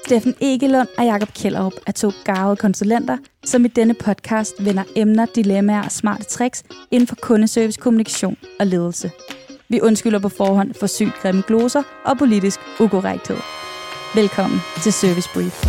Steffen Egelund og Jakob Kjellerup er to garvede konsulenter, som i denne podcast vender emner, dilemmaer og smarte tricks inden for kundeservice, kommunikation og ledelse. Vi undskylder på forhånd for sygt grimme gloser og politisk ukorrekthed. Velkommen til Service Brief.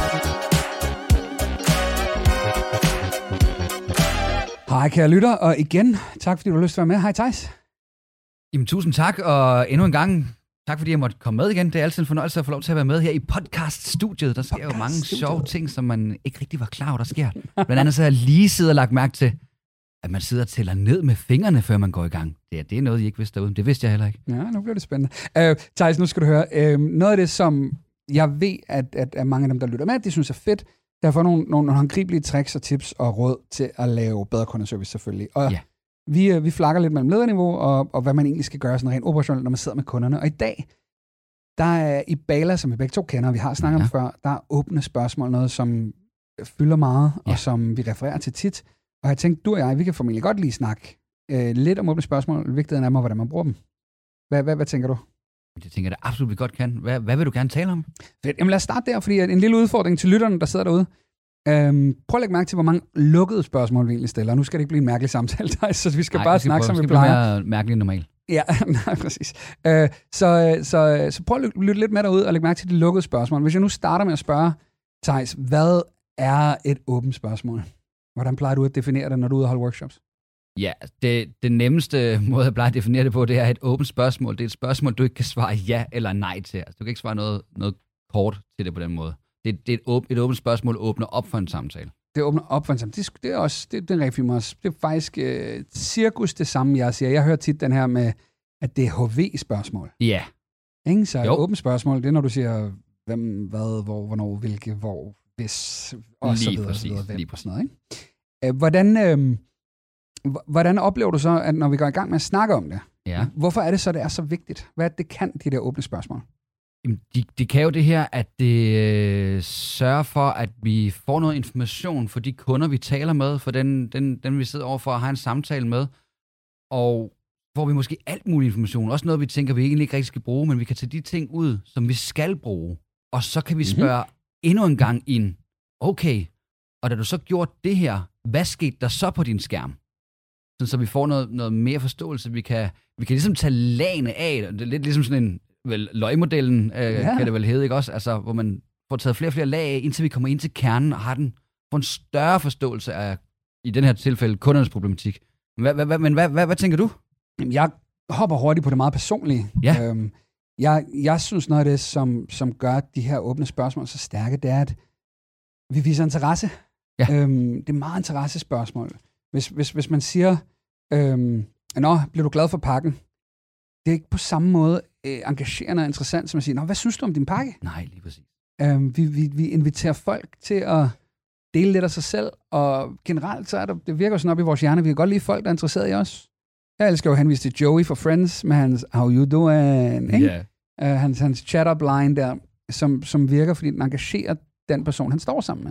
Hej kære lytter, og igen, tak fordi du har lyst til at være med. Hej Theis. Jamen tusind tak, og endnu en gang tak fordi jeg måtte komme med igen. Det er altid en fornøjelse at få lov til at være med her i podcaststudiet. Der sker jo mange sjove ting, som man ikke rigtig var klar over, der sker. Blandt andet så har jeg lige siddet og lagt mærke til, at man sidder og tæller ned med fingrene, før man går i gang. Det er noget, I ikke vidste derude. Det vidste jeg heller ikke. Ja, nu bliver det spændende. Theis, nu skal du høre. Noget af det, som jeg ved, at mange af dem, der lytter med, de synes er fedt, jeg har fået nogle håndgribelige tricks og tips og råd til at lave bedre kundeservice selvfølgelig. Og ja. Vi flakker lidt mellem lederniveau og hvad man egentlig skal gøre sådan rent operationelt, når man sidder med kunderne. Og i dag, der er i Bala, som vi begge to kender, og vi har snakket om før, der er åbne spørgsmål, noget som fylder meget, og som vi refererer til tit. Og jeg tænkte, du og jeg, vi kan formentlig godt lige snakke lidt om åbne spørgsmål, vigtigheden af dem, og hvordan man bruger dem. Hvad tænker du? Det tænker jeg da absolut, vi godt kan. Hvad vil du gerne tale om? Fedt. Jamen lad os starte der, fordi en lille udfordring til lytterne, der sidder derude. Prøv at lægge mærke til, hvor mange lukkede spørgsmål vi egentlig stiller. Nu skal det ikke blive en mærkelig samtale, så vi skal bare snakke, som vi plejer. Det bliver mærkeligt end normalt. Ja, nej, præcis. Så prøv at lytte lidt med derude og lægge mærke til de lukkede spørgsmål. Hvis jeg nu starter med at spørge, Theis, hvad er et åbent spørgsmål? Hvordan plejer du at definere det, når du er ude og holde workshops? Ja, det nemmeste måde, jeg plejer at definere det på, det er et åbent spørgsmål. Det er et spørgsmål, du ikke kan svare ja eller nej til. Altså, du kan ikke svare noget kort til det på den måde. Det er et åbent spørgsmål, åbner op for en samtale. Det åbner op for en samtale. Det er også, det er rigtig fint også. Det er faktisk cirkus det samme, jeg siger. Jeg hører tit den her med, at det er HV-spørgsmål. Ja. Ikke? Så et åbent spørgsmål, det er, når du siger, hvem, hvad, hvor, hvornår, hvilke, hvor, hvis, og så videre. Lige præcis. Sådan noget, ikke? Hvordan oplever du så, at når vi går i gang med at snakke om det, hvorfor er det så, det er så vigtigt? Hvad er det kan, de der åbne spørgsmål? De kan jo det her, at det sørger for, at vi får noget information for de kunder, vi taler med, for den vi sidder overfor og har en samtale med, og får vi måske alt mulig information, også noget, vi tænker, vi egentlig ikke rigtig skal bruge, men vi kan tage de ting ud, som vi skal bruge, og så kan vi spørge endnu en gang ind, okay, og da du så gjorde det her, hvad skete der så på din skærm? Så vi får noget mere forståelse, vi kan ligesom tage lagene af, det er lidt ligesom sådan en løgmodellen, kan det vel hedde, ikke også? Altså, hvor man får taget flere og flere lag af, indtil vi kommer ind til kernen og får en større forståelse af, i den her tilfælde, kundernes problematik. Men hvad tænker du? Jeg hopper hurtigt på det meget personlige. Ja. Jeg synes noget af det, som gør de her åbne spørgsmål så stærke, det er, at vi viser interesse. Ja. Det er meget interessespørgsmål. Hvis man siger, nå, bliver du glad for pakken? Det er ikke på samme måde engagerende og interessant, som at sige, hvad synes du om din pakke? Nej, lige præcis. Vi inviterer folk til at dele lidt af sig selv, og generelt så er det virker sådan op i vores hjerne, vi kan godt lide folk, der er interesseret i os. Jeg elsker jo at henvise til Joey fra Friends, med hans how you doing, ikke? Yeah. Hans chat-up line der, som virker, fordi den engagerer den person, han står sammen med.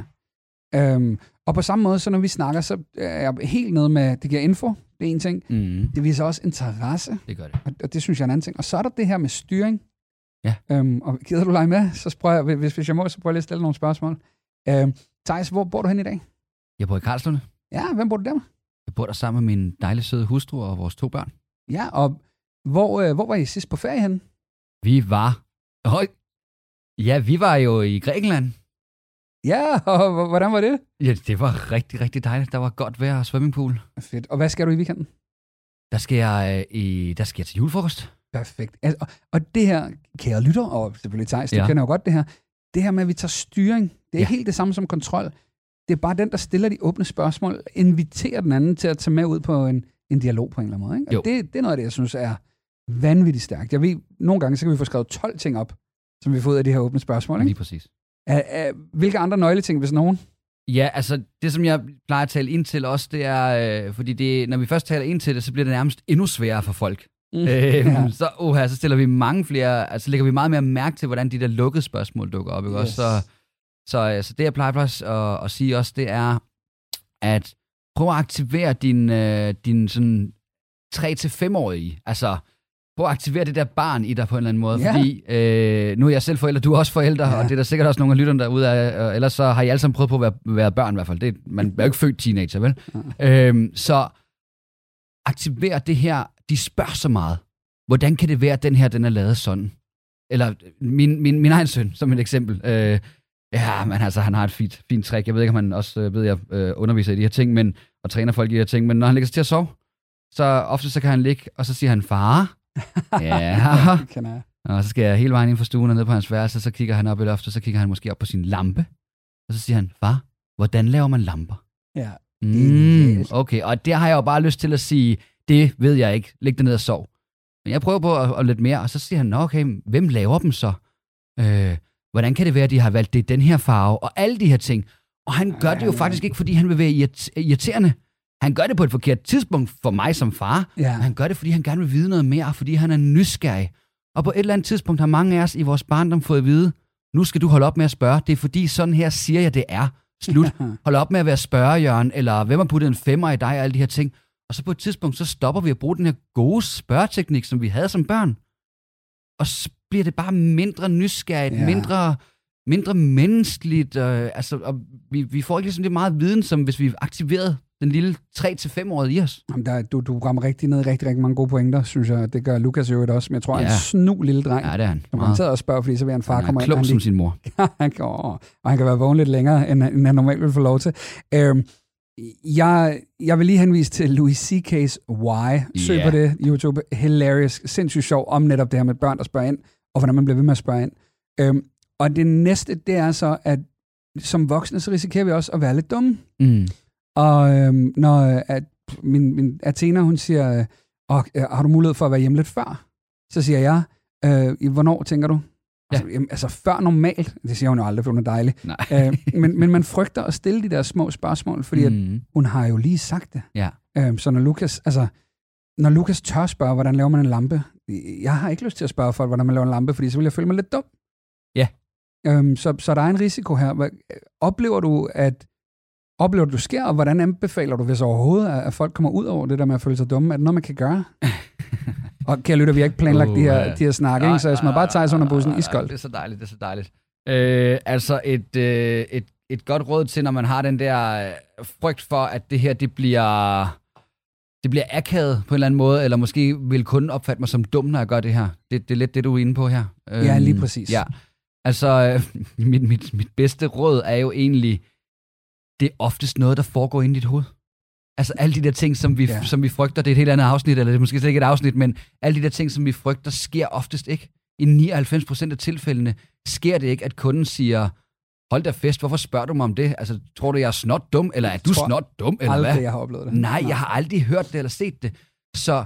Og på samme måde, så når vi snakker, så er jeg helt nede med, det giver info, det er en ting. Det viser også interesse. Det gør det. Og det synes jeg er en anden ting. Og så er der det her med styring. Ja. Og gider du lege med, så prøver jeg, hvis jeg må, så prøver jeg lige at stille nogle spørgsmål. Theis, hvor bor du hen i dag? Jeg bor i Karlslunde. Ja, hvem bor du der med? Jeg bor der sammen med min dejlige søde hustru og vores 2 børn. Ja, og hvor var I sidst på ferie henne? Vi var jo i Grækenland. Ja, og hvordan var det? Ja, det var rigtig, rigtig dejligt. Der var godt vejr og swimmingpool. Fedt. Og hvad skal du i weekenden? Der skal jeg til julefrokost. Perfekt. Og det her, kære lytter, og selvfølgelig Theis, du kender jo godt det her med, at vi tager styring, det er helt det samme som kontrol. Det er bare den, der stiller de åbne spørgsmål, inviterer den anden til at tage med ud på en dialog på en eller anden måde. Ikke? Og det er noget af det, jeg synes er vanvittigt stærkt. Jeg ved, nogle gange så kan vi få skrevet 12 ting op, som vi får ud af de her åbne spørgsmål. Ikke? Lige præcis. Hvilke andre nøgleting, hvis nogen? Ja, altså det, som jeg plejer at tale ind til også, det er, fordi når vi først taler ind til det, så bliver det nærmest endnu sværere for folk. Så stiller vi mange flere, altså lægger vi meget mere mærke til, hvordan de der lukkede spørgsmål dukker op. Ikke? Yes. Så det, jeg plejer at sige også, det er, at prøv at aktivere din sådan 3-5-årige. Altså, prøv at aktivere det der barn i dig på en eller anden måde, Ja. fordi nu er jeg selv forælder, du er også forældre, og det er der sikkert også nogle af lytterne derude af, ellers så har I alle sammen prøvet på at være børn i hvert fald. Man er jo ikke født teenager, vel? Så aktiver det her, de spørger så meget. Hvordan kan det være, at den her, den er lavet sådan? Eller min egen søn, som et eksempel. Ja, men altså, han har et fint trick. Jeg ved ikke, om han også underviser i de her ting, og træner folk i de her ting, men når han ligger sig til at sove, så ofte så kan han ligge, og så siger han, far. Ja. Og så skal jeg hele vejen ind fra stuen og ned på hans værelse, så kigger han op i loftet, så kigger han måske op på sin lampe, og så siger han, far, hvordan laver man lamper? Ja. Okay, og der har jeg jo bare lyst til at sige, det ved jeg ikke, læg det ned og sov. Men jeg prøver på at lidt mere, og så siger han, okay, hvem laver dem så? Hvordan kan det være, at de har valgt det den her farve, og alle de her ting? Og han gør det jo faktisk ikke, fordi han vil være irriterende. Han gør det på et forkert tidspunkt for mig som far. Ja. Han gør det, fordi han gerne vil vide noget mere, fordi han er nysgerrig. Og på et eller andet tidspunkt har mange af os i vores barndom fået at vide, nu skal du holde op med at spørge. Det er fordi, sådan her siger jeg, det er. Slut. Hold op med at være spørgejørn, eller hvem har puttet en 5'er i dig, og alle de her ting. Og så på et tidspunkt, så stopper vi at bruge den her gode spørgeteknik, som vi havde som børn. Og så bliver det bare mindre nysgerrigt, mindre menneskeligt. Og vi får ikke ligesom det meget viden, som hvis vi aktiverede den lille 3-5-årige i os. Jamen, du rammer rigtig ned i rigtig mange gode pointer, synes jeg. Det gør Lukas jo også, men jeg tror, han er en snu lille dreng. Ja, det er han. Som han sidder og spørger, fordi så vil han far komme ind. Han er klog som sin mor. Og han kan være vågen lidt længere, end han normalt vil få lov til. Jeg vil lige henvise til Louis C.K.'s Why. Søg på det, YouTube. Hilarious. Sindssygt sjov om netop det her med børn, der spørger ind, og hvordan man bliver ved med at spørge ind. Og det næste, det er så, at som voksne, så risikerer vi også at være lidt dumme. Og når min Athena, hun siger, har du mulighed for at være hjemme lidt før? Så siger jeg, hvornår tænker du? Ja. Altså før normalt, det siger hun jo aldrig, for hun er dejlig. Men man frygter at stille de der små spørgsmål, fordi at hun har jo lige sagt det. Ja. Så når Lukas tør spørge, hvordan laver man en lampe, jeg har ikke lyst til at spørge folk, hvordan man laver en lampe, fordi så vil jeg føle mig lidt dum. Ja. Så der er en risiko her. Oplever du sker, og hvordan anbefaler du, hvis overhovedet, at folk kommer ud over det der med at føle sig dumme? Er det noget, man kan gøre? Og kan jeg lytte, vi har ikke planlagt de her snakke, ikke? Så jeg smider bare Theis under bussen iskold. Det er så dejligt. Altså et godt råd til, når man har den der frygt for, at det her, det bliver akavet på en eller anden måde, eller måske vil kunden opfatte mig som dum, når jeg gør det her. Det er lidt det, du er inde på her. Ja, lige præcis. Ja. Altså, mit bedste råd er jo egentlig, det er oftest noget, der foregår inde i dit hoved. Altså alle de der ting, som vi frygter, det er et helt andet afsnit, eller det er måske slet ikke et afsnit, men alle de der ting, som vi frygter, sker oftest ikke. I 99% af tilfældene sker det ikke, at kunden siger, hold da fest, hvorfor spørger du mig om det? Altså, tror du, jeg er snot dum, eller er du snot dum, eller aldrig, hvad? Jeg har oplevet det. Nej, jeg har aldrig hørt det eller set det. Så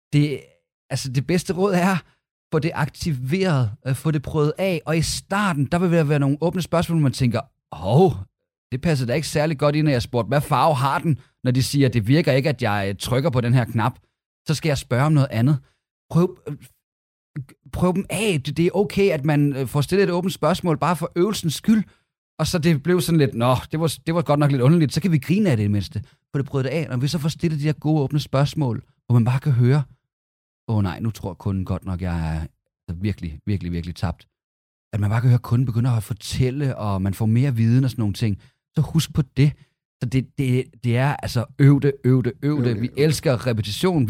det bedste råd er, få det aktiveret, få det prøvet af, og i starten, der vil der være nogle åbne spørgsmål, hvor man tænker, det passer da ikke særlig godt ind, når jeg spurgte, hvad farve har den, når de siger, det virker ikke, at jeg trykker på den her knap. Så skal jeg spørge om noget andet. Prøv dem af. Det er okay, at man får stillet et åbent spørgsmål, bare for øvelsens skyld. Og så det blev sådan lidt, det var godt nok lidt underligt, så kan vi grine af det i mindste. Få det prøvet af. Når vi så får stillet de her gode åbne spørgsmål, hvor man bare kan høre, nej, nu tror kunden godt nok, jeg er virkelig, virkelig, virkelig tabt. At man bare kan høre, at kunden begynder at fortælle, og man får mere viden og sådan nogle ting. Så husk på det. Så det er altså øv det. Vi elsker repetition.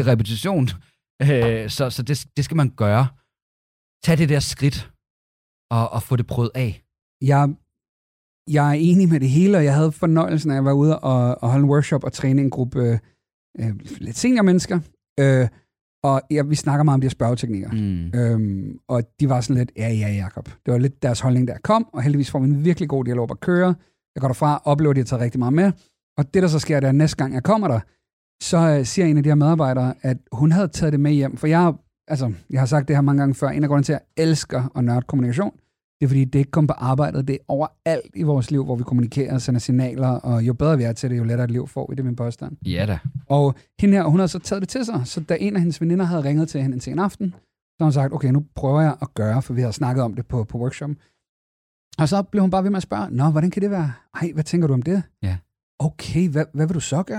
Så det skal man gøre. Tag det der skridt og få det prøvet af. Jeg er enig med det hele, og jeg havde fornøjelsen af at være ude og holde en workshop og træne en gruppe lidt senior mennesker. Og vi snakker meget om de her spørgeteknikker. Og de var sådan lidt, ja, Jacob. Det var lidt deres holdning, der kom, og heldigvis får vi en virkelig god dialog at køre. Jeg går derfra, oplever, at de har taget rigtig meget med. Og det, der så sker, det er, næste gang jeg kommer der, så siger en af de her medarbejdere, at hun havde taget det med hjem. For jeg har sagt det her mange gange før. En af grunden til, at jeg elsker at nørde kommunikation, det er, fordi det ikke kommer på arbejdet. Det er overalt i vores liv, hvor vi kommunikerer og sender signaler, og jo bedre vi er til det, jo lettere et liv får vi. Det er min påstand. Ja da. Og hende her, hun havde så taget det til sig. Så da en af hendes veninder havde ringet til hende en sen aften, så har hun sagt, okay, nu prøver jeg at gøre, for vi havde snakket om det på workshop. Og så blev hun bare ved med at spørge, hvordan kan det være? Hvad tænker du om det? Ja. Okay, hvad vil du så gøre?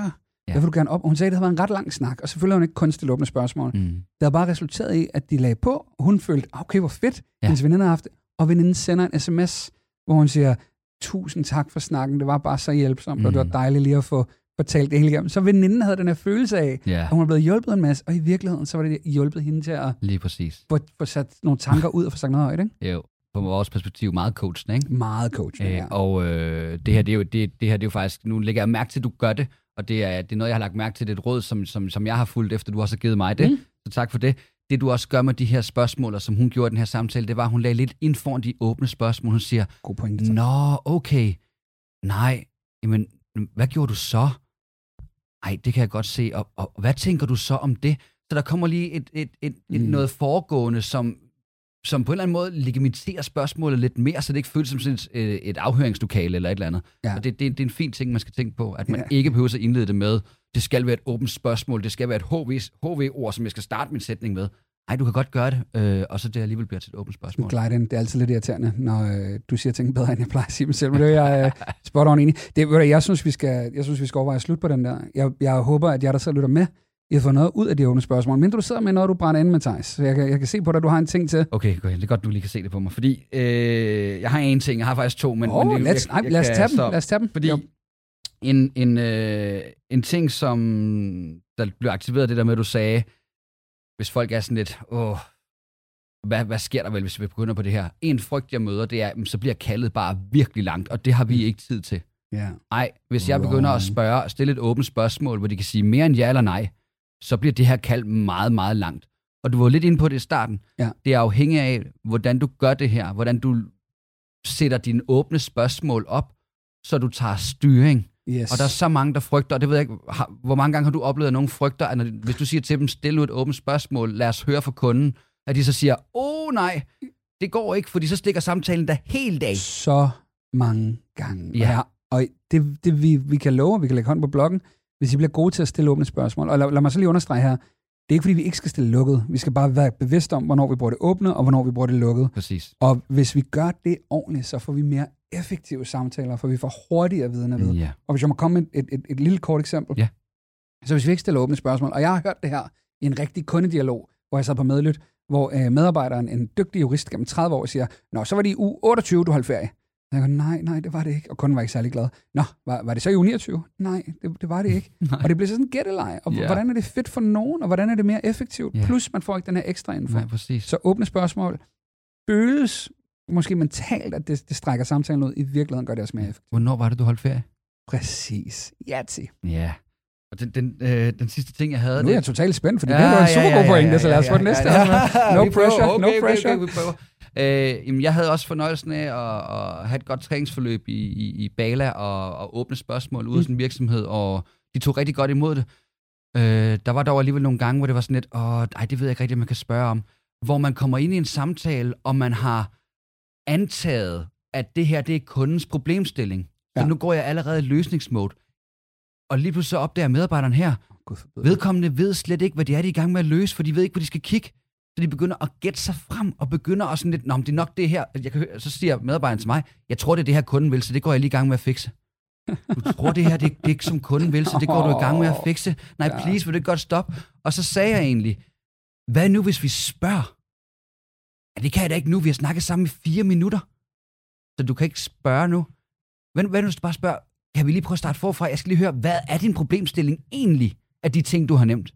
Ja. Der vil du gerne op. Og hun sagde, at det havde været en ret lang snak, og selvfølgelig har hun ikke kun stillet åbne spørgsmål. Det har bare resulteret i, at de lagde på, og hun følte, okay, hvor fedt, hendes veninde har haft det. Og veninden sender en sms, hvor hun siger, 1000 tak for snakken, det var bare så hjælpsomt, og det var dejligt lige at få fortalt det hele igennem. Så veninden havde den her følelse af, at hun er blevet hjulpet en masse, og i virkeligheden, så var det hjulpet hende til at lige præcis. Få sat nogle tanker ud og få sagt noget højt, ikke? Jo, på vores perspektiv meget coachende, ikke? Meget coachende, ja. Og det her, det er jo faktisk, nu lægger jeg mærke til, at du gør det, og det er noget, jeg har lagt mærke til, det er et råd, som jeg har fulgt efter, du også har givet mig det. Så tak for det. Det, du også gør med de her spørgsmål, og som hun gjorde i den her samtale, det var, at hun lagde lidt ind foran de åbne spørgsmål. Hun siger, god pointe. Nå, okay. Nej, jamen, hvad gjorde du så? Ej, det kan jeg godt se. Og hvad tænker du så om det? Så der kommer lige noget foregående, som på en eller anden måde legitimerer spørgsmålet lidt mere, så det ikke føles som sådan et afhøringslokale eller et eller andet. Ja. Og det er en fin ting, man skal tænke på, at man ikke behøver at indlede det med, det skal være et åbent spørgsmål, det skal være et HV-ord, som jeg skal starte min sætning med. Nej, du kan godt gøre det, og så det alligegår bliver til et åbent spørgsmål. Det er altid lidt irriterende, når du siger ting bedre, end jeg plejer at sige dem selv. Men det er jeg spot on enig. Jeg synes, vi skal overveje at slutte på den der. Jeg håber, at jeg der så lytter med, I har fået noget ud af de åbne spørgsmål. Mindre du sidder med noget, du brænder ind med, Theis. Så jeg kan se på dig, du har en ting til. Okay, det er godt, du lige kan se det på mig. Fordi jeg har en ting, jeg har faktisk to, men lad os tage dem. Fordi en ting, som der blev aktiveret, det der med, at du sagde, hvis folk er sådan lidt, hvad sker der vel, hvis vi begynder på det her? En frygt, jeg møder, det er, så bliver kaldet bare virkelig langt, og det har vi ikke tid til. Nej, hvis jeg begynder at stille et åbent spørgsmål, hvor de kan sige mere end ja eller nej, så bliver det her kald meget, meget langt. Og du var lidt inde på det i starten. Ja. Det er afhængigt af, hvordan du gør det her, hvordan du sætter dine åbne spørgsmål op, så du tager styring. Yes. Og der er så mange, der frygter, og det ved jeg ikke, hvor mange gange har du oplevet, at nogen frygter, at hvis du siger til dem, stil nu et åbent spørgsmål, lad os høre fra kunden, at de så siger, nej, det går ikke, fordi så stikker samtalen der helt af. Så mange gange. Ja. Og det vi kan love, vi kan lægge hånd på blokken, hvis I bliver gode til at stille åbne spørgsmål. Og lad mig så lige understrege her, det er ikke fordi, vi ikke skal stille lukket. Vi skal bare være bevidste om, hvornår vi bruger det åbne, og hvornår vi bruger det lukket. Præcis. Og hvis vi gør det ordentligt, så får vi mere effektive samtaler, for vi får hurtigere viden at vide. Yeah. Og hvis jeg må komme med et lille kort eksempel. Yeah. Så hvis vi ikke stiller åbne spørgsmål, og jeg har hørt det her i en rigtig kundedialog, hvor jeg sad på medlyt, hvor medarbejderen, en dygtig jurist gennem 30 år, siger, nå, så var det i uge 28, du holdt ferie. Jeg går, nej, det var det ikke. Og kunden var ikke særlig glad. Nå, var det så i uge 29? Nej, det var det ikke. Og det bliver sådan en gætteleg. Og hvordan er det fedt for nogen, og hvordan er det mere effektivt? Plus, man får ikke den her ekstra info. Nej, præcis. Så åbne spørgsmål føles måske mentalt, at det strækker samtalen ud. I virkeligheden gør det også mere effektivt. Hvornår var det, du holdt ferie? Præcis. Ja. Og den sidste ting, jeg havde... Nu er jeg totalt spændt, for det var en super god pointe, så lad os få det næste. No pressure, no pressure. Vi prøver. Jeg havde også fornøjelsen af at have et godt træningsforløb i Bala og åbne spørgsmål ude af sådan en virksomhed, og de tog rigtig godt imod det. Der var dog alligevel nogle gange, hvor det var sådan lidt, det ved jeg ikke rigtigt, man kan spørge om, hvor man kommer ind i en samtale, og man har antaget, at det her, det er kundens problemstilling. Så nu går jeg allerede i løsningsmode. Og lige pludselig så opdager medarbejderen her, vedkommende ved slet ikke, hvad de er i gang med at løse, for de ved ikke, hvor de skal kigge. Så de begynder at gætte sig frem, og begynder også sådan lidt, nå, men det er nok det her. Så siger medarbejderen til mig, jeg tror, det er det her, kunden vil, så det går jeg lige i gang med at fikse. Du tror, det her, det er ikke som kunden vil, så det går du i gang med at fikse. Nej, please, vil du ikke godt stoppe? Og så sagde jeg egentlig, hvad nu, hvis vi spørger? Ja, det kan jeg da ikke nu, vi har snakket sammen i 4 minutter. Så du kan ikke spørge nu. Hvad nu, hvis du bare spørger, kan vi lige prøve at starte forfra? Jeg skal lige høre, hvad er din problemstilling egentlig af de ting, du har nævnt?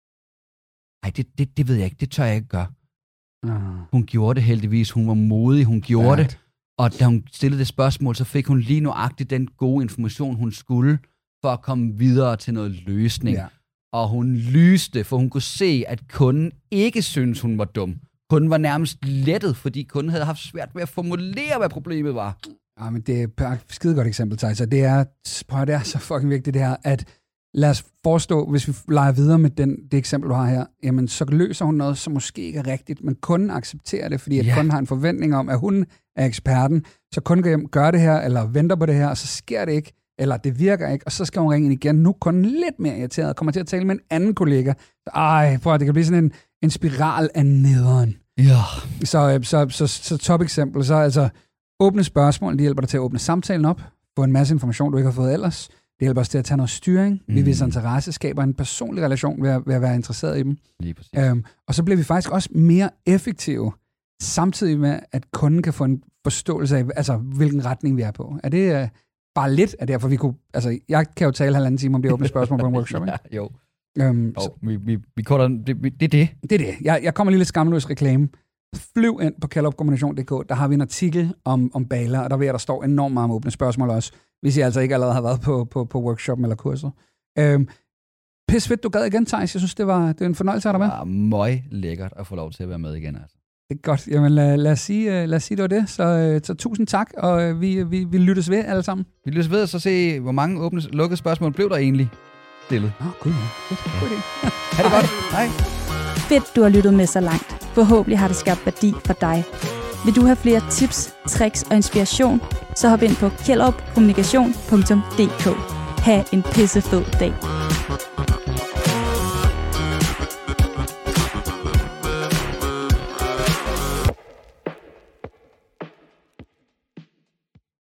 Nej, det ved jeg ikke. Det tør jeg ikke gøre. Hun gjorde det heldigvis. Hun var modig. Hun gjorde det. Og da hun stillede det spørgsmål, så fik hun lige nuagtigt den gode information, hun skulle, for at komme videre til noget løsning. Ja. Og hun lyste, for hun kunne se, at kunden ikke syntes, hun var dum. Kunden var nærmest lettet, fordi kunden havde haft svært ved at formulere, hvad problemet var. Ja, men det er et skide godt eksempel, Theis. Det er så fucking vigtigt det her, at lad os forestå, hvis vi leger videre med det eksempel, du har her, jamen så løser hun noget, som måske ikke er rigtigt, men kunden accepterer det, fordi at kunden har en forventning om, at hun er eksperten, så kunden kan gøre det her, eller venter på det her, og så sker det ikke, eller det virker ikke, og så skal hun ringe ind igen. Nu er kunden lidt mere irriteret, kommer til at tale med en anden kollega. Det kan blive sådan en spiral af nederen. Ja. Så top eksempel, så altså åbne spørgsmål, de hjælper dig til at åbne samtalen op, få en masse information, du ikke har fået ellers. hjælper os til at tage noget styring. Vi viser interesse, skaber en personlig relation ved at være interesseret i dem. Lige præcis. Og så bliver vi faktisk også mere effektive, samtidig med, at kunden kan få en forståelse af, altså, hvilken retning vi er på. Er det bare lidt af derfor, vi kunne... Altså, jeg kan jo tale 1,5 time om det åbne spørgsmål på en workshop, ikke? Ja, jo. Vi korter, det er det. Det er det. Jeg kommer lige lidt skamløs reklame. Flyv ind på kjellerupkommunikation.dk. Der har vi en artikel om baler, og der står enormt meget om åbne spørgsmål også, hvis I altså ikke allerede har været på workshoppen eller kurset. Pis fedt, du gad igen, Theis. Jeg synes, det var en fornøjelse at have dig med. Det var møg lækkert at få lov til at være med igen. Altså. Det er godt. Jamen, lad os sige, det var det. Så tusind tak, og vi lyttes ved alle sammen. Vi lyttes ved, og så se, hvor mange lukkede spørgsmål blev der egentlig stillet. Gud ja. God idé. Ha' det godt. Hej. Fedt, du har lyttet med så langt. Forhåbentlig har det skabt værdi for dig. Vil du have flere tips, tricks og inspiration, så hop ind på kjellerupkommunikation.dk. Ha' en pissefed dag.